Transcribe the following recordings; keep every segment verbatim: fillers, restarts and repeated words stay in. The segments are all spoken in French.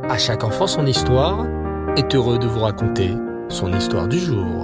À chaque enfant son histoire est heureux de vous raconter son histoire du jour.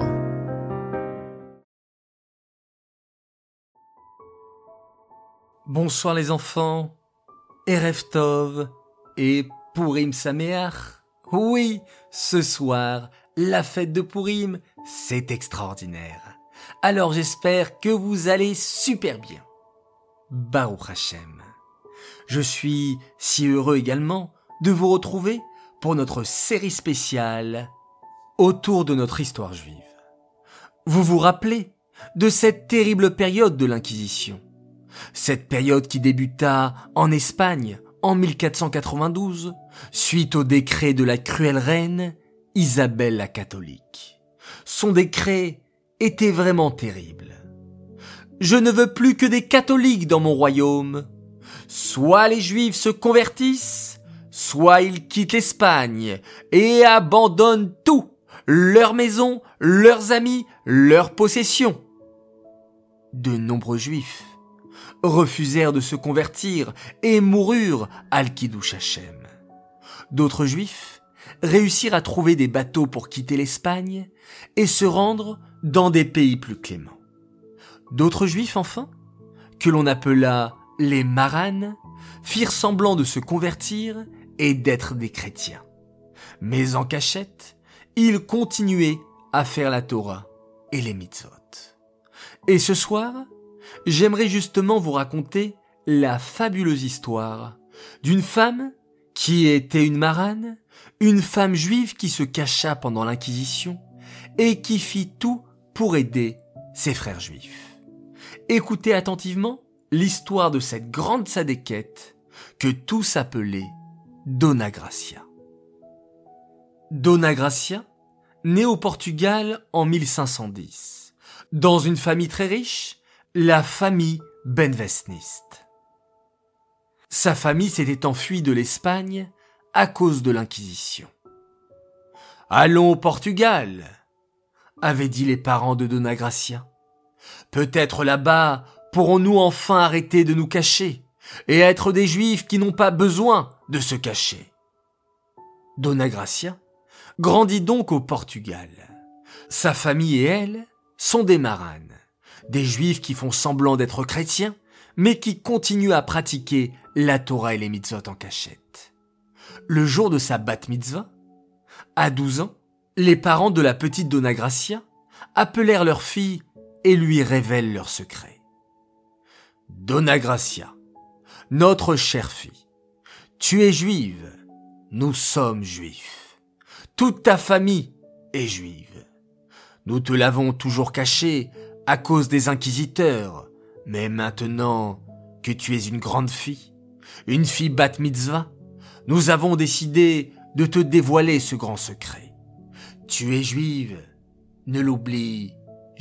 Bonsoir les enfants, Erev Tov et Purim Sameach. Oui, ce soir, la fête de Purim, c'est extraordinaire. Alors j'espère que vous allez super bien. Baruch Hashem. Je suis si heureux également de vous retrouver pour notre série spéciale autour de notre histoire juive. Vous vous rappelez de cette terrible période de l'Inquisition, cette période qui débuta en Espagne en mille quatre cent quatre-vingt-douze, suite au décret de la cruelle reine Isabelle la catholique. Son décret était vraiment terrible. Je ne veux plus que des catholiques dans mon royaume. Soit les juifs se convertissent, soit ils quittent l'Espagne et abandonnent tout, leur maison, leurs amis, leurs possessions. De nombreux juifs refusèrent de se convertir et moururent al-Kiddush Hashem. D'autres juifs réussirent à trouver des bateaux pour quitter l'Espagne et se rendre dans des pays plus cléments. D'autres juifs, enfin, que l'on appela les Maranes, firent semblant de se convertir et d'être des chrétiens. Mais en cachette, ils continuaient à faire la Torah et les mitzvot. Et ce soir, j'aimerais justement vous raconter la fabuleuse histoire d'une femme qui était une marane, une femme juive qui se cacha pendant l'Inquisition et qui fit tout pour aider ses frères juifs. Écoutez attentivement l'histoire de cette grande sadéquette que tous appelaient Dona Gracia. Dona Gracia, née au Portugal en mille cinq cent dix, dans une famille très riche, la famille Benveniste. Sa famille s'était enfuie de l'Espagne à cause de l'Inquisition. « Allons au Portugal », avaient dit les parents de Dona Gracia. « Peut-être là-bas pourrons-nous enfin arrêter de nous cacher et être des juifs qui n'ont pas besoin de se cacher. » Dona Gracia grandit donc au Portugal. Sa famille et elle sont des maranes, des juifs qui font semblant d'être chrétiens, mais qui continuent à pratiquer la Torah et les mitzvot en cachette. Le jour de sa bat mitzvah, à douze ans, les parents de la petite Dona Gracia appelèrent leur fille et lui révèlent leur secret. « Dona Gracia, notre chère fille, tu es juive, nous sommes juifs. Toute ta famille est juive. Nous te l'avons toujours caché à cause des inquisiteurs, mais maintenant que tu es une grande fille, une fille bat mitzvah, nous avons décidé de te dévoiler ce grand secret. Tu es juive, ne l'oublie jamais. »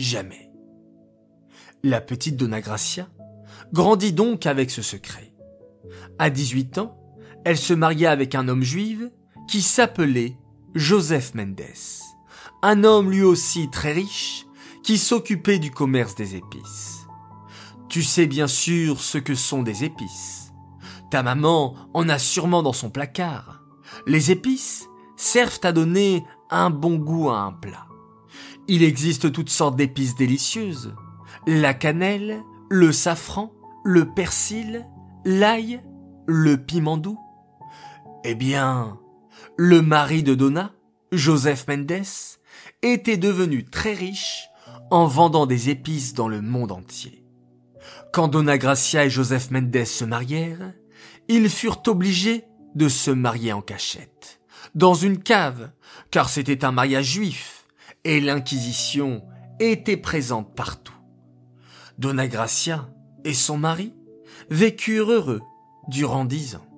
La petite Dona Gracia grandit donc avec ce secret. À dix-huit ans, elle se maria avec un homme juif qui s'appelait Joseph Mendes, un homme lui aussi très riche qui s'occupait du commerce des épices. Tu sais bien sûr ce que sont des épices. Ta maman en a sûrement dans son placard. Les épices servent à donner un bon goût à un plat. Il existe toutes sortes d'épices délicieuses. La cannelle, le safran, le persil, l'ail, le piment doux. Eh bien, le mari de Dona, Joseph Mendes, était devenu très riche en vendant des épices dans le monde entier. Quand Dona Gracia et Joseph Mendes se marièrent, ils furent obligés de se marier en cachette, dans une cave, car c'était un mariage juif et l'Inquisition était présente partout. Dona Gracia et son mari vécurent heureux durant dix ans.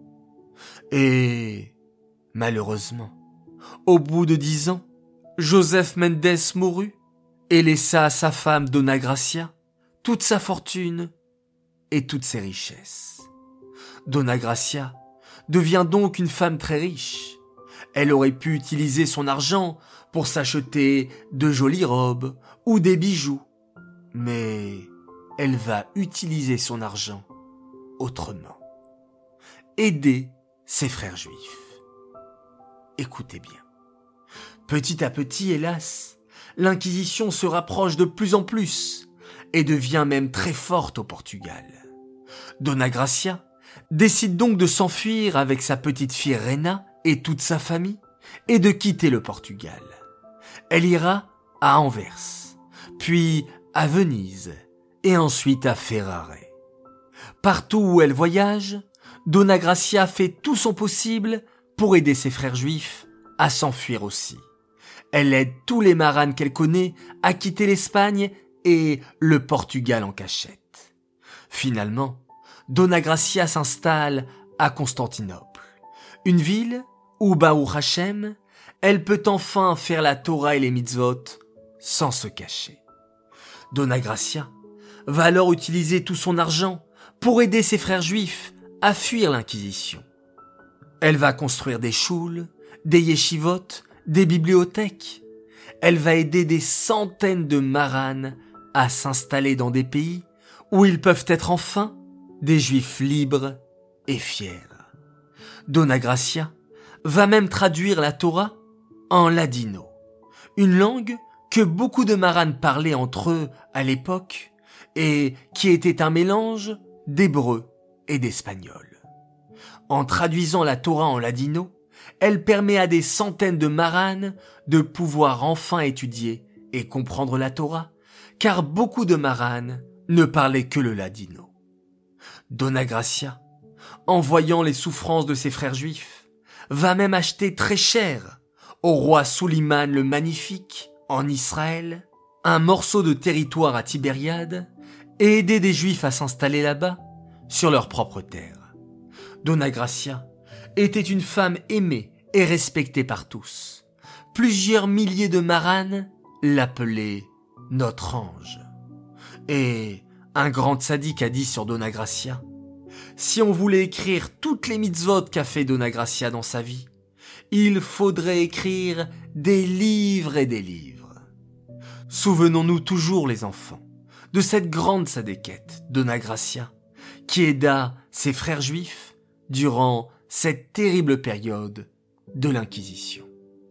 Et, malheureusement, au bout de dix ans, Joseph Mendes mourut et laissa à sa femme Dona Gracia toute sa fortune et toutes ses richesses. Dona Gracia devient donc une femme très riche. Elle aurait pu utiliser son argent pour s'acheter de jolies robes ou des bijoux, mais elle va utiliser son argent autrement. Aider ses frères juifs. Écoutez bien. Petit à petit, hélas, l'Inquisition se rapproche de plus en plus et devient même très forte au Portugal. Dona Gracia décide donc de s'enfuir avec sa petite fille Reina et toute sa famille et de quitter le Portugal. Elle ira à Anvers, puis à Venise et ensuite à Ferrare. Partout où elle voyage, Dona Gracia fait tout son possible pour aider ses frères juifs à s'enfuir aussi. Elle aide tous les maranes qu'elle connaît à quitter l'Espagne et le Portugal en cachette. Finalement, Dona Gracia s'installe à Constantinople, une ville où, Baruch Hashem, elle peut enfin faire la Torah et les mitzvot sans se cacher. Dona Gracia va alors utiliser tout son argent pour aider ses frères juifs à fuir l'Inquisition. Elle va construire des choules, des yeshivot, des bibliothèques. Elle va aider des centaines de maranes à s'installer dans des pays où ils peuvent être enfin des juifs libres et fiers. Dona Gracia va même traduire la Torah en ladino, une langue que beaucoup de maranes parlaient entre eux à l'époque et qui était un mélange d'hébreu et d'espagnol. En traduisant la Torah en ladino, elle permet à des centaines de maranes de pouvoir enfin étudier et comprendre la Torah, car beaucoup de maranes ne parlaient que le ladino. Dona Gracia, en voyant les souffrances de ses frères juifs, va même acheter très cher au roi Suliman le Magnifique, en Israël, un morceau de territoire à Tibériade et aider des juifs à s'installer là-bas, sur leur propre terre. Dona Gracia était une femme aimée et respectée par tous. Plusieurs milliers de maranes l'appelaient notre ange. Et un grand tzaddik a dit sur Dona Gracia, si on voulait écrire toutes les mitzvot qu'a fait Dona Gracia dans sa vie, il faudrait écrire des livres et des livres. Souvenons-nous toujours, les enfants, de cette grande tzadékette, Dona Gracia, qui aida ses frères juifs durant cette terrible période de l'Inquisition.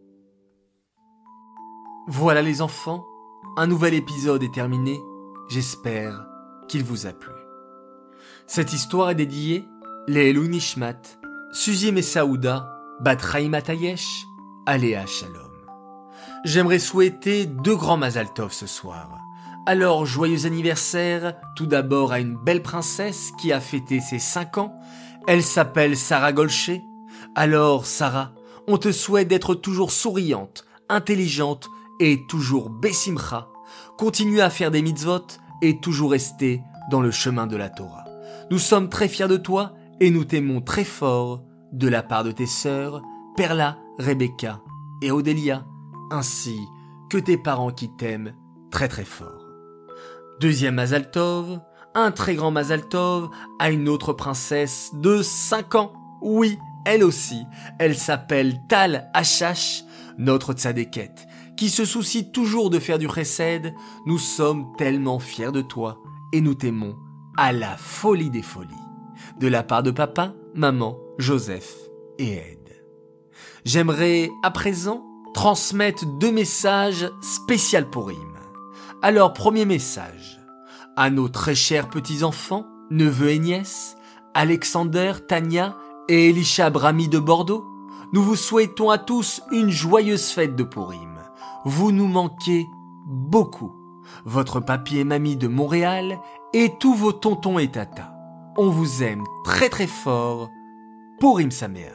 Voilà les enfants, un nouvel épisode est terminé, j'espère qu'il vous a plu. Cette histoire est dédiée Le'elu Nishmat, Suzy Messaouda, Bat Chaim Atayesh, Aléa Shalom. J'aimerais souhaiter deux grands Mazal Tov ce soir. Alors, joyeux anniversaire, tout d'abord à une belle princesse qui a fêté ses cinq ans. Elle s'appelle Sarah Golché. Alors, Sarah, on te souhaite d'être toujours souriante, intelligente et toujours bessimcha. Continue à faire des mitzvot et toujours rester dans le chemin de la Torah. Nous sommes très fiers de toi et nous t'aimons très fort de la part de tes sœurs, Perla, Rebecca et Odélia, ainsi que tes parents qui t'aiment très très fort. Deuxième Mazal Tov, un très grand Mazal Tov à une autre princesse de cinq ans. Oui, elle aussi, elle s'appelle Tal Hachash, notre tzadékette, qui se soucie toujours de faire du chesed. Nous sommes tellement fiers de toi et nous t'aimons à la folie des folies. De la part de papa, maman, Joseph et Ed. J'aimerais à présent transmettre deux messages spéciaux pour Purim. Alors, premier message, à nos très chers petits-enfants, neveux et nièces, Alexander, Tania et Elisha Brami de Bordeaux, nous vous souhaitons à tous une joyeuse fête de Purim. Vous nous manquez beaucoup. Votre papy et mamie de Montréal et tous vos tontons et tatas. On vous aime très très fort. Purim Sameach.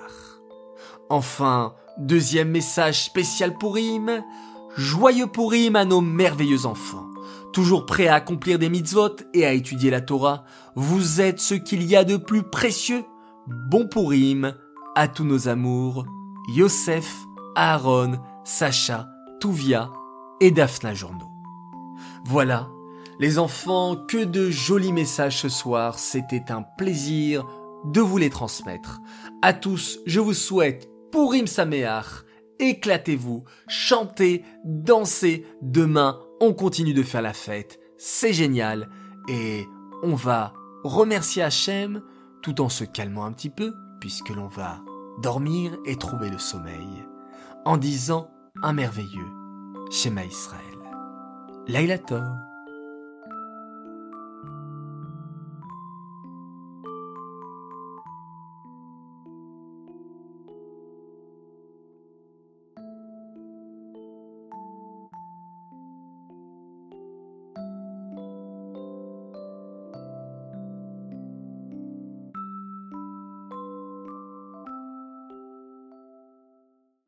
Enfin, deuxième message spécial Purim. Joyeux Purim à nos merveilleux enfants. Toujours prêts à accomplir des mitzvot et à étudier la Torah, vous êtes ce qu'il y a de plus précieux. Bon Purim à tous nos amours, Yosef, Aaron, Sacha, Touvia et Daphna Journeau. Voilà, les enfants, que de jolis messages ce soir, c'était un plaisir de vous les transmettre. À tous, je vous souhaite Purim Sameach, éclatez-vous, chantez, dansez, demain on continue de faire la fête, c'est génial, et on va remercier Hachem tout en se calmant un petit peu, puisque l'on va dormir et trouver le sommeil. en disant un merveilleux Shema Israël. Laila Tov.